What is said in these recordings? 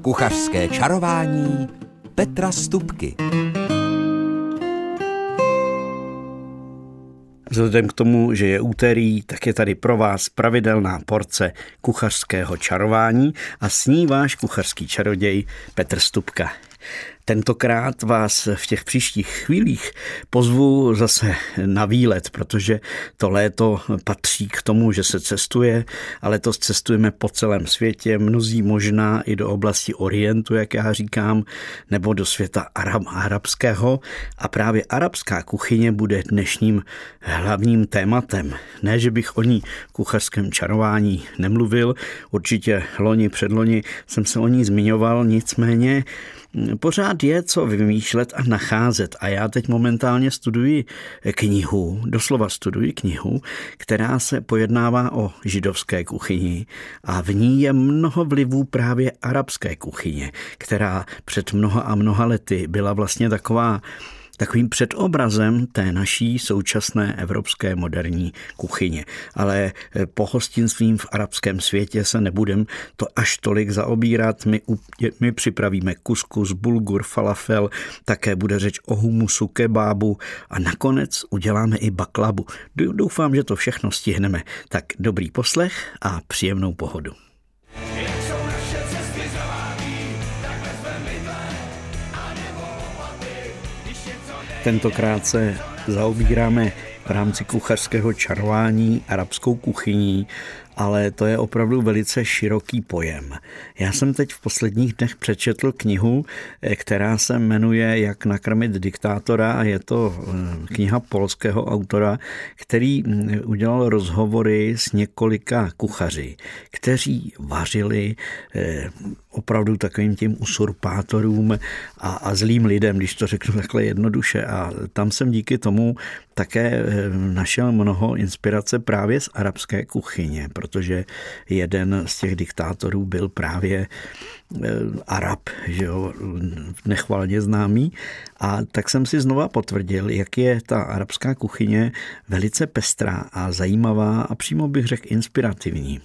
Kuchařské čarování Petra Stupky. Vzhledem k tomu, že je úterý, tak je tady pro vás pravidelná porce kuchařského čarování a s ní váš kuchařský čaroděj Petr Stupka. Tentokrát vás v těch příštích chvílích pozvu zase na výlet, protože to léto patří k tomu, že se cestuje, ale letos cestujeme po celém světě, mnozí možná i do oblasti Orientu, jak já říkám, nebo do světa arabského a právě arabská kuchyně bude dnešním hlavním tématem. Ne, že bych o ní kuchařském čarování nemluvil, určitě předloni jsem se o ní zmiňoval, nicméně pořád je co vymýšlet a nacházet a já teď momentálně studuji knihu, doslova studuji knihu, která se pojednává o židovské kuchyni a v ní je mnoho vlivů právě arabské kuchyně, která před mnoha a mnoha lety byla vlastně takovým předobrazem té naší současné evropské moderní kuchyně. Ale pohostinstvím v arabském světě se nebudem to až tolik zaobírat. My připravíme kuskus, bulgur, falafel, také bude řeč o humusu, kebábu a nakonec uděláme i baklabu. Doufám, že to všechno stihneme. Tak dobrý poslech a příjemnou pohodu. Tentokrát se zaobíráme v rámci kuchařského čarování arabskou kuchyní, ale to je opravdu velice široký pojem. Já jsem teď v posledních dnech přečetl knihu, která se jmenuje Jak nakrmit diktátora a je to kniha polského autora, který udělal rozhovory s několika kuchaři, kteří vařili opravdu takovým těm usurpátorům a zlým lidem, když to řeknu takhle jednoduše. A tam jsem díky tomu také našel mnoho inspirace právě z arabské kuchyně, protože jeden z těch diktátorů byl právě Arab, že jo, nechvalně známý. A tak jsem si znova potvrdil, jak je ta arabská kuchyně velice pestrá a zajímavá a přímo bych řekl inspirativní.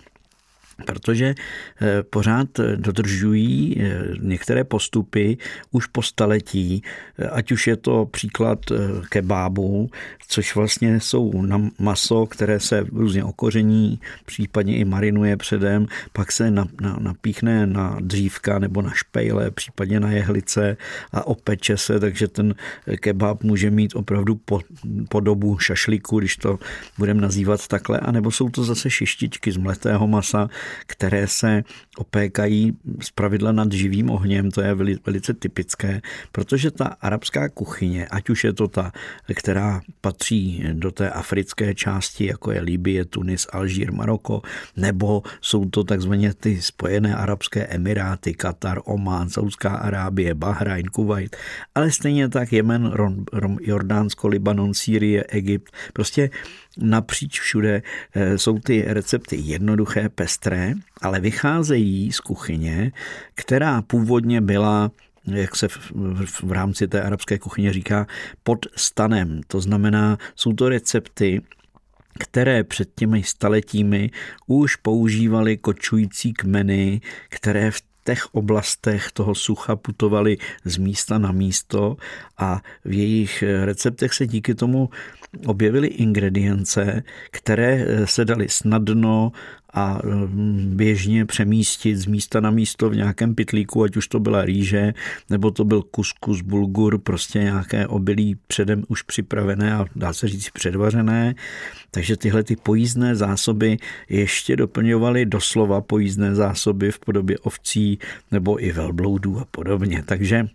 Protože pořád dodržují některé postupy už po staletí, ať už je to příklad kebábu, což vlastně jsou maso, které se různě okoření, případně i marinuje předem, pak se napíchne na dřívka nebo na špejle, případně na jehlice a opeče se, takže ten kebab může mít opravdu podobu šašlíku, když to budeme nazývat takhle, anebo jsou to zase šištičky z mletého masa, které se opékají zpravidla nad živým ohněm, to je velice typické, protože ta arabská kuchyně, ať už je to ta, která patří do té africké části, jako je Libye, Tunis, Alžír, Maroko, nebo jsou to takzvaně ty spojené arabské emiráty, Katar, Omán, Saudská Arábie, Bahrajn, Kuvajt, ale stejně tak Jemen, Jordánsko, Libanon, Sýrie, Egypt, prostě napříč všude jsou ty recepty jednoduché, pestré, ale vycházejí z kuchyně, která původně byla, jak se v rámci té arabské kuchyně říká, pod stanem. To znamená, jsou to recepty, které před těmi staletími už používali kočující kmeny, které v těch oblastech toho sucha putovali z místa na místo a v jejich receptech se díky tomu objevily ingredience, které se daly snadno a běžně přemístit z místa na místo v nějakém pytlíku, ať už to byla rýže, nebo to byl kuskus, bulgur, prostě nějaké obilí předem už připravené a dá se říct předvařené. Takže tyhle ty pojízdné zásoby ještě doplňovaly doslova pojízdné zásoby v podobě ovcí nebo i velbloudů a podobně. Takže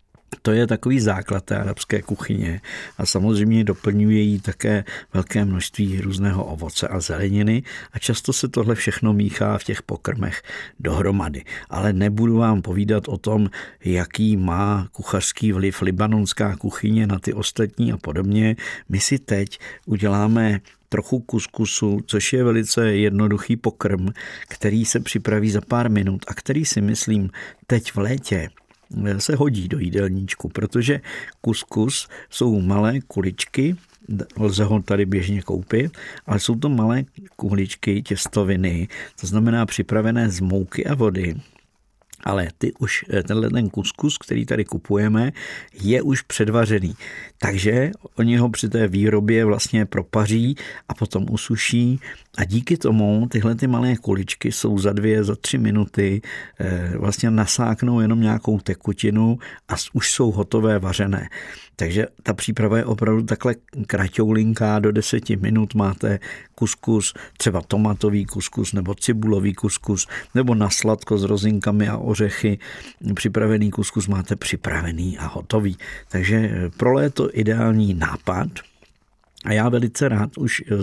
to je takový základ té arabské kuchyně a samozřejmě doplňuje jí také velké množství různého ovoce a zeleniny a často se tohle všechno míchá v těch pokrmech dohromady. Ale nebudu vám povídat o tom, jaký má kuchařský vliv libanonská kuchyně na ty ostatní a podobně. My si teď uděláme trochu kuskusu, což je velice jednoduchý pokrm, který se připraví za pár minut a který si myslím teď v létě se hodí do jídelníčku, protože kuskus jsou malé kuličky, lze ho tady běžně koupit, ale jsou to malé kuličky těstoviny, to znamená připravené z mouky a vody, Ale tenhle ten kuskus, který tady kupujeme, je už předvařený. Takže oni ho při té výrobě vlastně propaří a potom usuší a díky tomu tyhle ty malé kuličky jsou za 2-3 minuty vlastně nasáknou jenom nějakou tekutinu a už jsou hotové vařené. Takže ta příprava je opravdu takhle kraťoulinká, do 10 minut máte kuskus, třeba tomatový kuskus nebo cibulový kuskus, nebo na sladko s rozinkami a ořechy připravený kuskus máte připravený a hotový. Takže pro léto ideální nápad. A já velice rád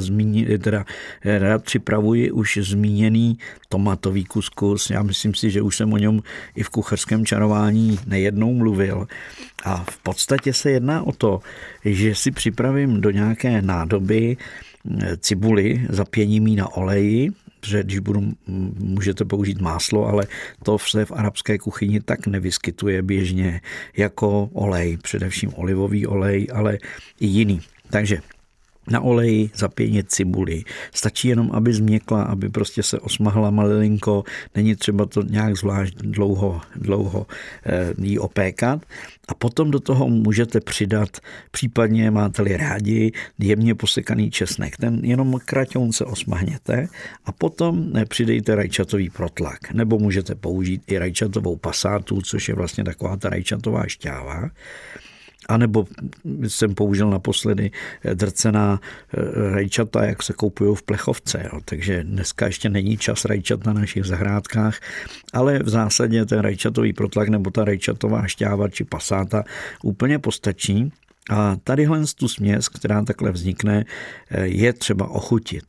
rád připravuji už zmíněný tomatový kuskus. Já myslím si, že už jsem o něm i v kuchařském čarování nejednou mluvil. A v podstatě se jedná o to, že si připravím do nějaké nádoby cibuli, zapěním ji na oleji, protože když můžete použít máslo, ale to se v arabské kuchyni tak nevyskytuje běžně jako olej, především olivový olej, ale i jiný. Takže na oleji zapěnit cibuli. Stačí jenom, aby změkla, aby prostě se osmahla malilinko. Není třeba to nějak zvlášť dlouho jí opékat. A potom do toho můžete přidat, případně máte-li rádi, jemně posekaný česnek. Ten jenom kraťounce osmahněte a potom přidejte rajčatový protlak. Nebo můžete použít i rajčatovou pasátu, což je vlastně taková ta rajčatová šťáva. A nebo jsem použil naposledy drcená rajčata, jak se koupují v plechovce. Jo. Takže dneska ještě není čas rajčat na našich zahrádkách, ale v zásadě ten rajčatový protlak nebo ta rajčatová šťáva či pasáta úplně postačí. A tadyhle tu směs, která takhle vznikne, je třeba ochutit.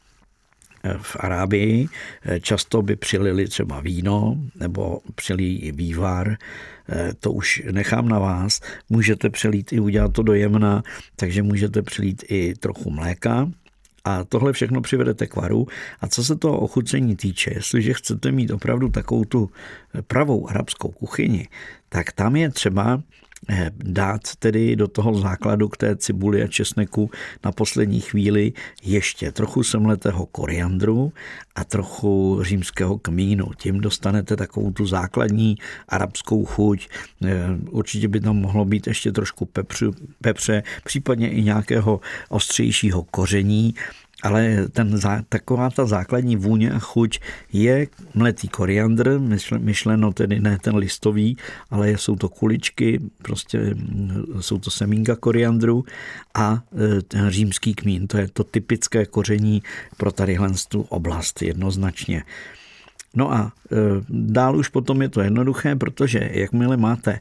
V Arábii často by přilili třeba víno nebo přilí i vývar, to už nechám na vás. Můžete přelít i udělat to dojemna, takže můžete přilít i trochu mléka a tohle všechno přivedete k varu. A co se toho ochucení týče, jestliže chcete mít opravdu takovou tu pravou arabskou kuchyni, tak tam je třeba dát tedy do toho základu k té cibuli a česneku na poslední chvíli ještě trochu semletého koriandru a trochu římského kmínu. Tím dostanete takovou tu základní arabskou chuť. Určitě by tam mohlo být ještě trošku pepře, případně i nějakého ostřejšího koření, ale taková ta základní vůně a chuť je mletý koriandr, myšleno tedy ne ten listový, ale jsou to kuličky, prostě jsou to semínka koriandru a ten římský kmín. To je to typické koření pro tadyhle tu oblast jednoznačně. No a dál už potom je to jednoduché, protože jakmile máte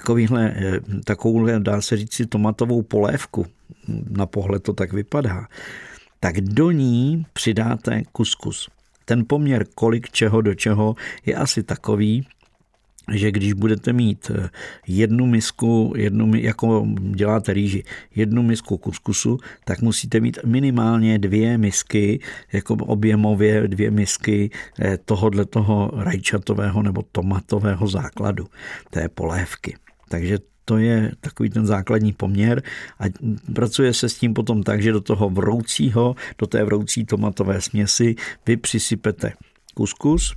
takovouhle, dá se říct si, tomatovou polévku, na pohled to tak vypadá, tak do ní přidáte kuskus. Ten poměr kolik čeho do čeho je asi takový, že když budete mít jednu misku, jako děláte rýži, jednu misku kuskusu, tak musíte mít minimálně 2 misky, jako objemově 2 misky tohoto rajčatového nebo tomatového základu, té polévky. Takže to je takový ten základní poměr a pracuje se s tím potom tak, že do té vroucí tomatové směsi vy přisypete kuskus,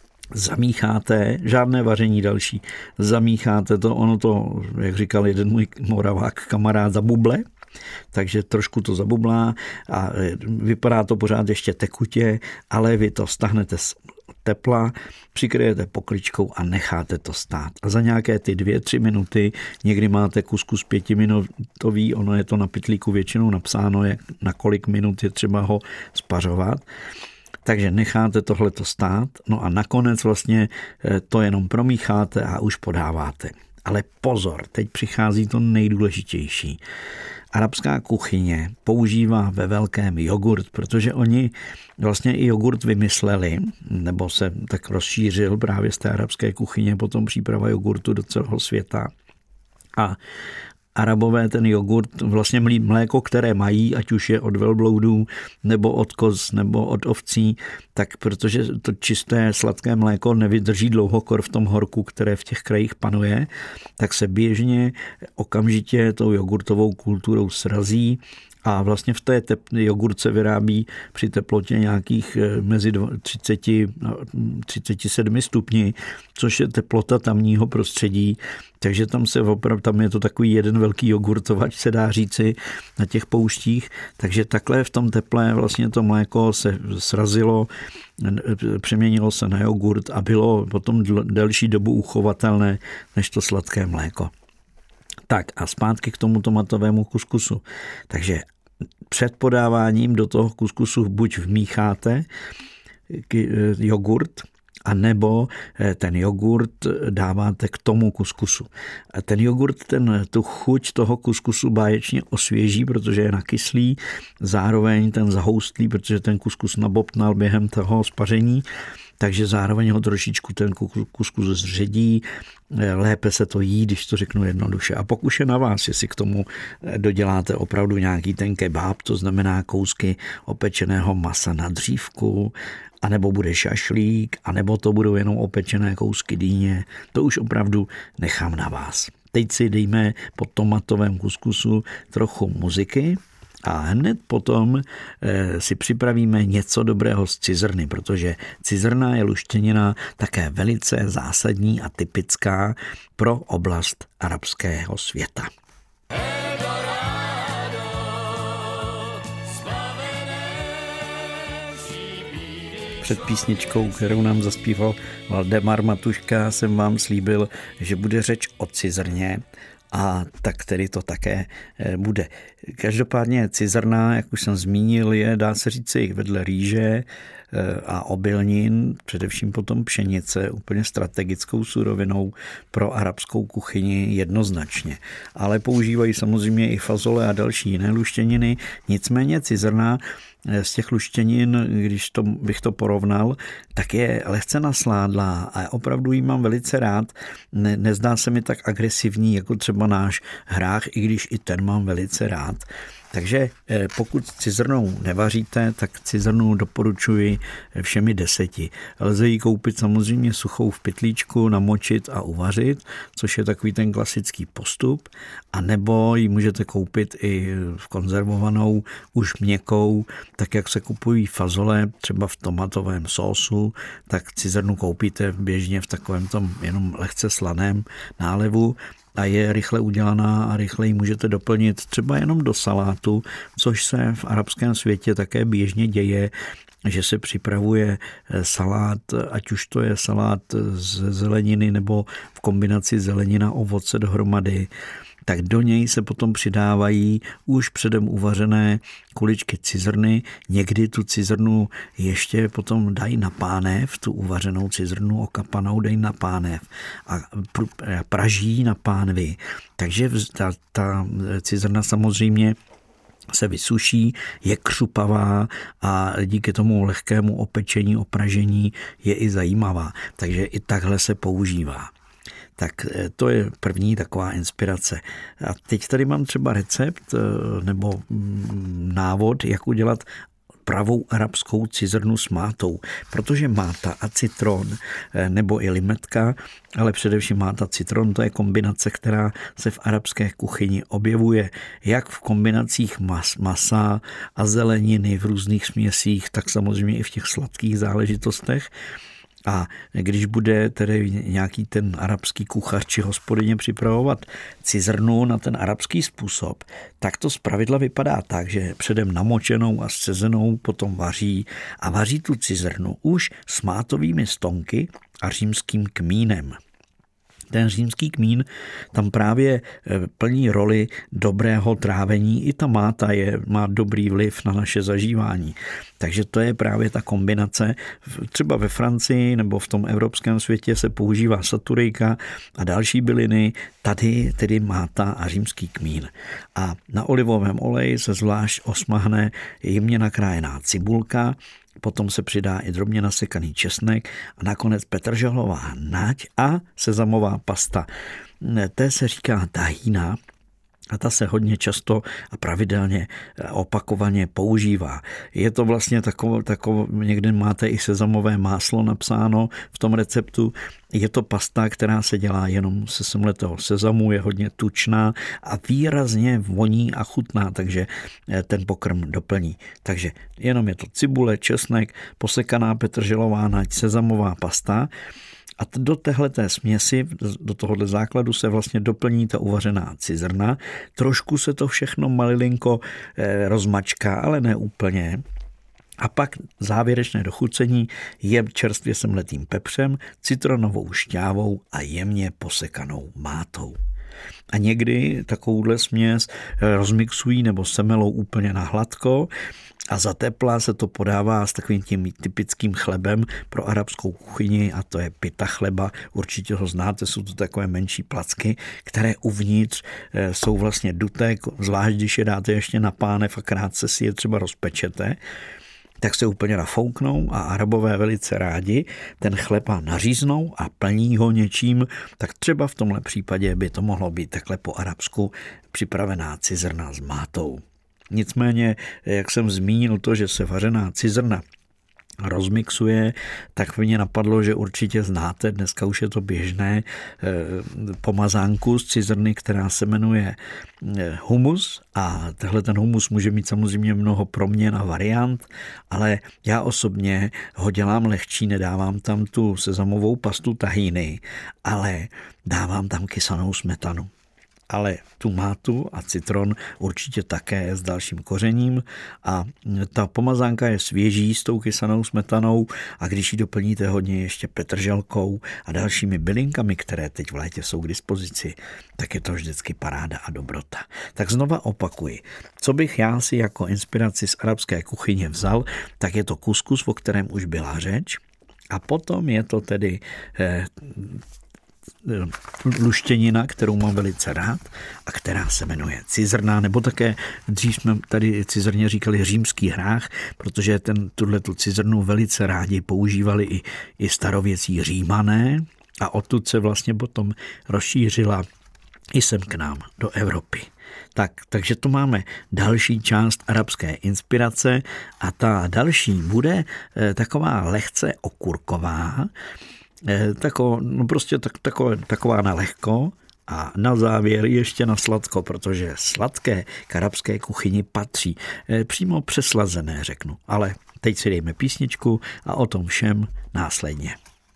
zamícháte, žádné vaření další, zamícháte to, ono to, jak říkal jeden můj Moravák kamarád, zabuble, takže trošku to zabublá a vypadá to pořád ještě tekutě, ale vy to stáhnete z tepla, přikryjete pokličkou a necháte to stát. A za nějaké ty 2-3 minuty, někdy máte kuskus 5minutový, ono je to na pytlíku většinou napsáno, na kolik minut je třeba ho spařovat. Takže necháte tohleto stát, no a nakonec vlastně to jenom promícháte a už podáváte. Ale pozor, teď přichází to nejdůležitější. Arabská kuchyně používá ve velkém jogurt, protože oni vlastně i jogurt vymysleli, nebo se tak rozšířil právě z té arabské kuchyně potom příprava jogurtu do celého světa. A Arabové ten jogurt, vlastně mléko, které mají, ať už je od velbloudů, nebo od koz, nebo od ovcí, tak protože to čisté sladké mléko nevydrží dlouhokor v tom horku, které v těch krajích panuje, tak se běžně okamžitě tou jogurtovou kulturou srazí A vlastně v té jogurt se vyrábí při teplotě nějakých mezi 30 a 37 stupni, což je teplota tamního prostředí. Takže tam je to takový jeden velký jogurtovač, se dá říci, na těch pouštích. Takže takhle v tom teple vlastně to mléko se srazilo, přeměnilo se na jogurt a bylo potom delší dobu uchovatelné než to sladké mléko. Tak a zpátky k tomu tomatovému kuskusu. Takže před podáváním do toho kuskusu buď vmícháte jogurt, a nebo ten jogurt dáváte k tomu kuskusu. A ten jogurt tu chuť toho kuskusu báječně osvěží, protože je nakyslý, zároveň ten zahoustlý, protože ten kuskus nabobtnal během toho spaření, takže zároveň ho trošičku ten kuskus zředí, lépe se to jí, když to řeknu jednoduše. A pokud je na vás, jestli k tomu doděláte opravdu nějaký ten kebab, to znamená kousky opečeného masa na dřívku, anebo bude šašlík, anebo to budou jenom opečené kousky dýně, to už opravdu nechám na vás. Teď si dejme po tomatovém kuskusu trochu muziky a hned potom si připravíme něco dobrého z cizrny, protože cizrna je luštěnina také velice zásadní a typická pro oblast arabského světa. Před písničkou, kterou nám zaspíval Valdemar Matuška, jsem vám slíbil, že bude řeč o cizrně a tak tedy to také bude. Každopádně cizrna, jak už jsem zmínil, je, dá se říci, vedle rýže a obilnin, především potom pšenice, úplně strategickou surovinou pro arabskou kuchyni jednoznačně. Ale používají samozřejmě i fazole a další jiné luštěniny, nicméně cizrna z těch luštěnin, když bych to porovnal, tak je lehce nasládlá a opravdu ji mám velice rád. Nezdá se mi tak agresivní jako třeba náš hrách, i když i ten mám velice rád. Takže pokud cizrnou nevaříte, tak cizrnu doporučuji všemi 10. Lze ji koupit samozřejmě suchou v pytlíčku, namočit a uvařit, což je takový ten klasický postup, a nebo ji můžete koupit i v konzervovanou, už měkkou, tak jak se kupují fazole, třeba v tomatovém sósu, tak cizrnu koupíte běžně v takovém tom jenom lehce slaném nálevu, a je rychle udělaná a rychle ji můžete doplnit třeba jenom do salátu, což se v arabském světě také běžně děje, že se připravuje salát, ať už to je salát z zeleniny nebo v kombinaci zelenina ovoce dohromady, tak do něj se potom přidávají už předem uvařené kuličky cizrny. Někdy tu cizrnu ještě potom dají na pánev, tu uvařenou cizrnu okapanou dají na pánev a praží na pánvi. Takže ta cizrna samozřejmě se vysuší, je křupavá a díky tomu lehkému opečení, opražení je i zajímavá. Takže i takhle se používá. Tak to je první taková inspirace. A teď tady mám třeba recept nebo návod, jak udělat pravou arabskou cizrnu s mátou, protože máta a citron nebo i limetka, ale především máta citron, to je kombinace, která se v arabské kuchyni objevuje jak v kombinacích masa a zeleniny v různých směsích, tak samozřejmě i v těch sladkých záležitostech. A když bude tedy nějaký ten arabský kuchař či hospodyně připravovat cizrnu na ten arabský způsob, tak to zpravidla vypadá tak, že předem namočenou a scezenou potom vaří a vaří tu cizrnu už s mátovými stonky a římským kmínem. Ten římský kmín tam právě plní roli dobrého trávení. I ta máta má dobrý vliv na naše zažívání. Takže to je právě ta kombinace. Třeba ve Francii nebo v tom evropském světě se používá saturejka a další byliny. Tady tedy máta a římský kmín. A na olivovém oleji se zvlášť osmahne jemně nakrájená cibulka, potom se přidá i drobně nasekaný česnek a nakonec petrželová nať a sezamová pasta. Té se říká tahína A ta se hodně často a pravidelně opakovaně používá. Je to vlastně někde máte i sezamové máslo napsáno v tom receptu. Je to pasta, která se dělá jenom se semletého sezamu, je hodně tučná a výrazně voní a chutná, takže ten pokrm doplní. Takže jenom je to cibule, česnek, posekaná petrželová nať, sezamová pasta. A do téhleté směsi, do tohohle základu se vlastně doplní ta uvařená cizrna. Trošku se to všechno malilinko rozmačká, ale ne úplně. A pak závěrečné dochucení je čerstvě semletým pepřem, citronovou šťávou a jemně posekanou mátou. A někdy takovouhle směs rozmixují nebo semelou úplně na hladko a za tepla se to podává s takovým tím typickým chlebem pro arabskou kuchyni a to je pita chleba. Určitě ho znáte, jsou to takové menší placky, které uvnitř jsou vlastně duté, zvlášť když je dáte ještě na pánev a krátce si je třeba rozpečete, tak se úplně nafouknou a Arabové velice rádi ten chleba naříznou a plní ho něčím, tak třeba v tomhle případě by to mohlo být takhle po arabsku připravená cizrna s mátou. Nicméně, jak jsem zmínil to, že se vařená cizrna rozmixuje, tak mě napadlo, že určitě znáte, dneska už je to běžné, pomazánku z cizrny, která se jmenuje humus a tenhle ten humus může mít samozřejmě mnoho proměn a variant, ale já osobně ho dělám lehčí, nedávám tam tu sezamovou pastu tahíny, ale dávám tam kysanou smetanu. Ale tu mátu a citron určitě také s dalším kořením a ta pomazánka je svěží s tou kysanou smetanou a když ji doplníte hodně ještě petrželkou a dalšími bylinkami, které teď v létě jsou k dispozici, tak je to vždycky paráda a dobrota. Tak znova opakuji, co bych já si jako inspiraci z arabské kuchyně vzal, tak je to kuskus, o kterém už byla řeč a potom je to tedy luštěnina, kterou mám velice rád a která se jmenuje cizrna, nebo také dřív jsme tady cizrně říkali římský hrách, protože tuhletu cizrnu velice rádi používali i starověcí Římané a odtud se vlastně potom rozšířila i sem k nám do Evropy. Takže to máme další část arabské inspirace a ta další bude taková lehce okurková, taková na lehko a na závěr ještě na sladko, protože sladké k arabské kuchyni patří. Přímo přeslazené řeknu, ale teď si dejme písničku a o tom všem následně.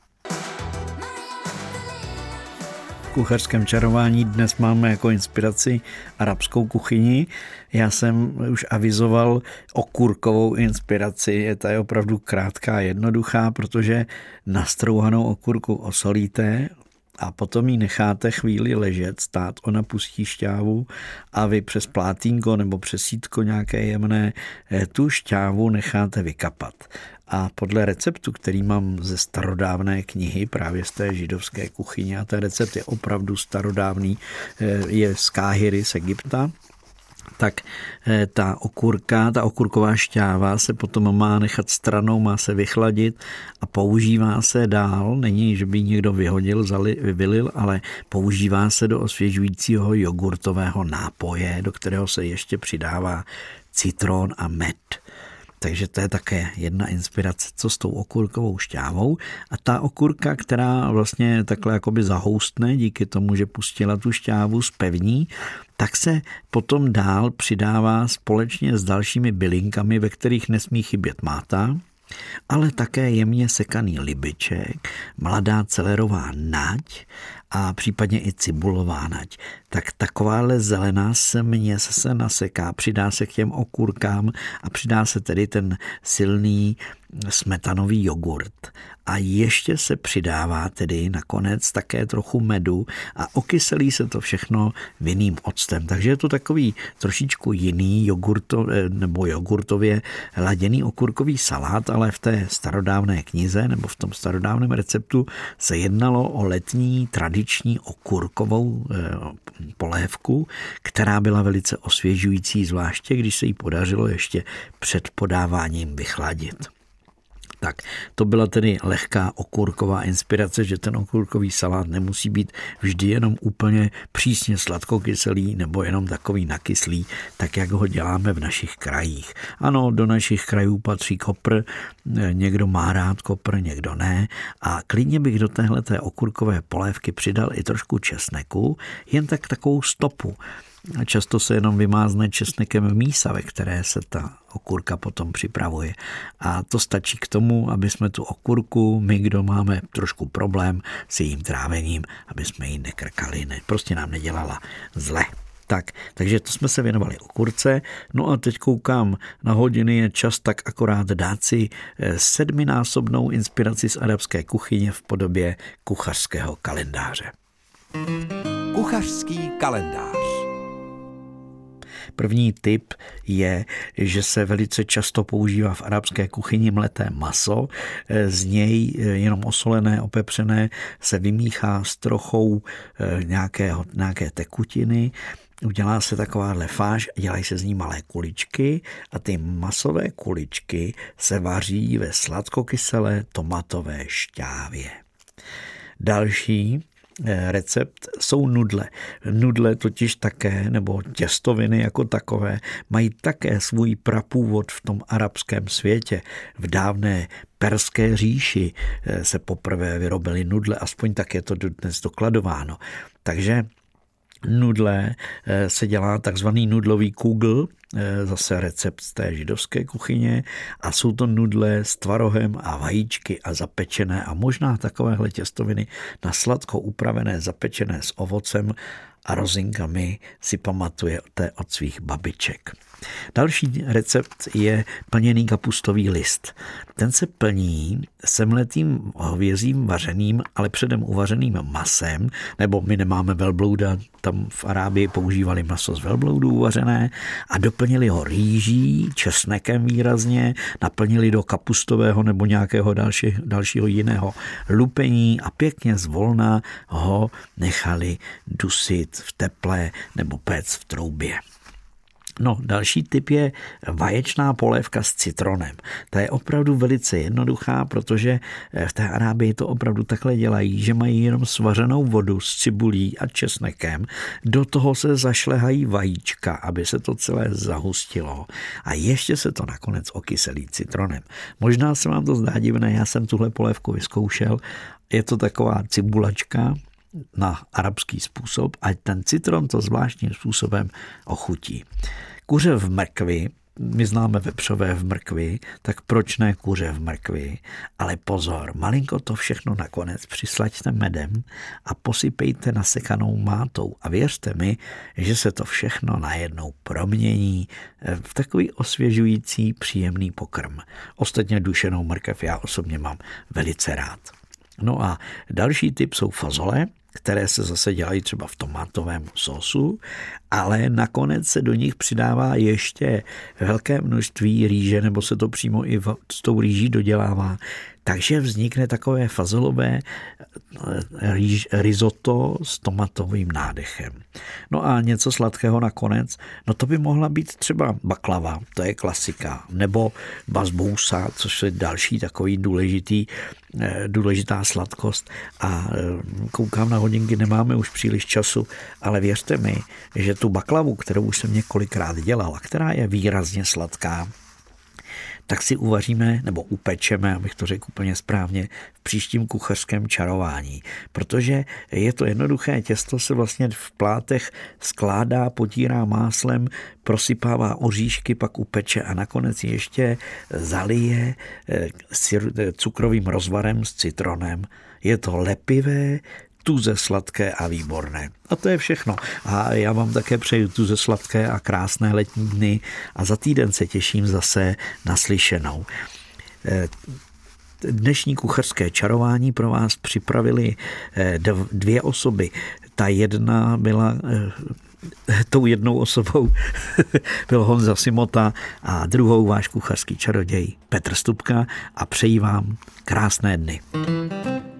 V kuchařském čarování dnes máme jako inspiraci arabskou kuchyni. Já jsem už avizoval okurkovou inspiraci. Ta je opravdu krátká a jednoduchá, protože nastrouhanou okurku osolíte a potom ji necháte chvíli ležet, stát, ona pustí šťávu a vy přes plátínko nebo přes sítko nějaké jemné tu šťávu necháte vykapat. A podle receptu, který mám ze starodávné knihy, právě z té židovské kuchyně, a ten recept je opravdu starodávný, je z Káhiry, z Egypta, tak ta okurková šťáva se potom má nechat stranou, má se vychladit a používá se dál. Není, že by někdo vyhodil, vylil, ale používá se do osvěžujícího jogurtového nápoje, do kterého se ještě přidává citron a med. Takže to je také jedna inspirace, co s tou okurkovou šťávou. A ta okurka, která vlastně takhle jakoby zahoustne, díky tomu, že pustila tu šťávu, zpevní, tak se potom dál přidává společně s dalšími bylinkami, ve kterých nesmí chybět máta, ale také jemně sekaný libiček, mladá celerová nať a případně i cibulová nať. Tak takováhle zelená směs se naseká, přidá se k těm okurkám a přidá se tedy ten silný smetanový jogurt. A ještě se přidává tedy nakonec také trochu medu a okyselí se to všechno vinným octem. Takže je to takový trošičku jiný jogurtově laděný okurkový salát, ale v té starodávné knize nebo v tom starodávném receptu se jednalo o letní tradiční okurkovou polévku, která byla velice osvěžující, zvláště když se jí podařilo ještě před podáváním vychladit. Tak to byla tedy lehká okurková inspirace, že ten okurkový salát nemusí být vždy jenom úplně přísně sladkokyselý nebo jenom takový nakyslý, tak jak ho děláme v našich krajích. Ano, do našich krajů patří kopr, někdo má rád kopr, někdo ne a klidně bych do téhleté okurkové polévky přidal i trošku česneku, jen tak takovou stopu. Často se jenom vymázne česnekem mísa, ve které se ta okurka potom připravuje. A to stačí k tomu, aby jsme tu okurku, my, kdo máme trošku problém s jejím trávením, aby jsme ji nekrkali, prostě nám nedělala zle. Takže to jsme se věnovali okurce. No a teď koukám na hodiny, je čas tak akorát dát si 7násobnou inspiraci z arabské kuchyně v podobě kuchařského kalendáře. Kuchařský kalendář. První tip je, že se velice často používá v arabské kuchyni mleté maso. Z něj jenom osolené, opepřené se vymíchá s trochou nějaké tekutiny. Udělá se takováhle fáž, dělají se z ní malé kuličky a ty masové kuličky se vaří ve sladkokyselé tomatové šťávě. Další recept jsou nudle. Nudle totiž také, nebo těstoviny jako takové, mají také svůj prapůvod v tom arabském světě. V dávné Perské říši se poprvé vyrobily nudle, aspoň tak je to dnes dokladováno. Takže nudle se dělá takzvaný nudlový kugl, zase recept z té židovské kuchyně a jsou to nudle s tvarohem a vajíčky a zapečené a možná takovéhle těstoviny na sladko upravené, zapečené s ovocem a rozinkami si pamatujete od svých babiček. Další recept je plněný kapustový list. Ten se plní semletým hovězím vařeným, ale předem uvařeným masem, nebo my nemáme velblouda, tam v Arábii používali maso z velbloudů uvařené a doplnili ho rýží, česnekem výrazně, naplnili do kapustového nebo nějakého dalšího jiného lupení a pěkně zvolna ho nechali dusit v teple nebo péct v troubě. No, další tip je vaječná polévka s citronem. Ta je opravdu velice jednoduchá, protože v té Arábii to opravdu takhle dělají, že mají jenom svařenou vodu s cibulí a česnekem. Do toho se zašlehají vajíčka, aby se to celé zahustilo. A ještě se to nakonec okyselí citronem. Možná se vám to zdá divné, já jsem tuhle polévku vyzkoušel. Je to taková cibulačka na arabský způsob a ten citron to zvláštním způsobem ochutí. Kuře v mrkvi, my známe vepřové v mrkvi, tak proč ne kuře v mrkvi? Ale pozor, malinko to všechno nakonec přislaďte medem a posypejte nasekanou mátou a věřte mi, že se to všechno najednou promění v takový osvěžující, příjemný pokrm. Ostatně dušenou mrkev já osobně mám velice rád. No a další typ jsou fazole, které se zase dělají třeba v tomátovém sosu, ale nakonec se do nich přidává ještě velké množství rýže, nebo se to přímo i s tou rýží dodělává. Takže vznikne takové fazolové risotto s tomatovým nádechem. No a něco sladkého nakonec, no to by mohla být třeba baklava, to je klasika, nebo basbousa, což je další takový důležitá sladkost. A koukám na hodinky, nemáme už příliš času, ale věřte mi, že tu baklavu, kterou už jsem několikrát dělal a která je výrazně sladká, tak si uvaříme nebo upečeme, abych to řekl úplně správně, v příštím kuchařském čarování. Protože je to jednoduché, těsto se vlastně v plátech skládá, potírá máslem, prosypává oříšky, pak upeče a nakonec ještě zalije cukrovým rozvarem s citronem. Je to lepivé, tuze sladké a výborné. A to je všechno. A já vám také přeju tuze sladké a krásné letní dny a za týden se těším zase na slyšenou. Dnešní kuchařské čarování pro vás připravili dvě osoby. Ta jedna byla tou jednou osobou byl Honza Simota a druhou váš kuchařský čaroděj Petr Stupka a přeji vám krásné dny.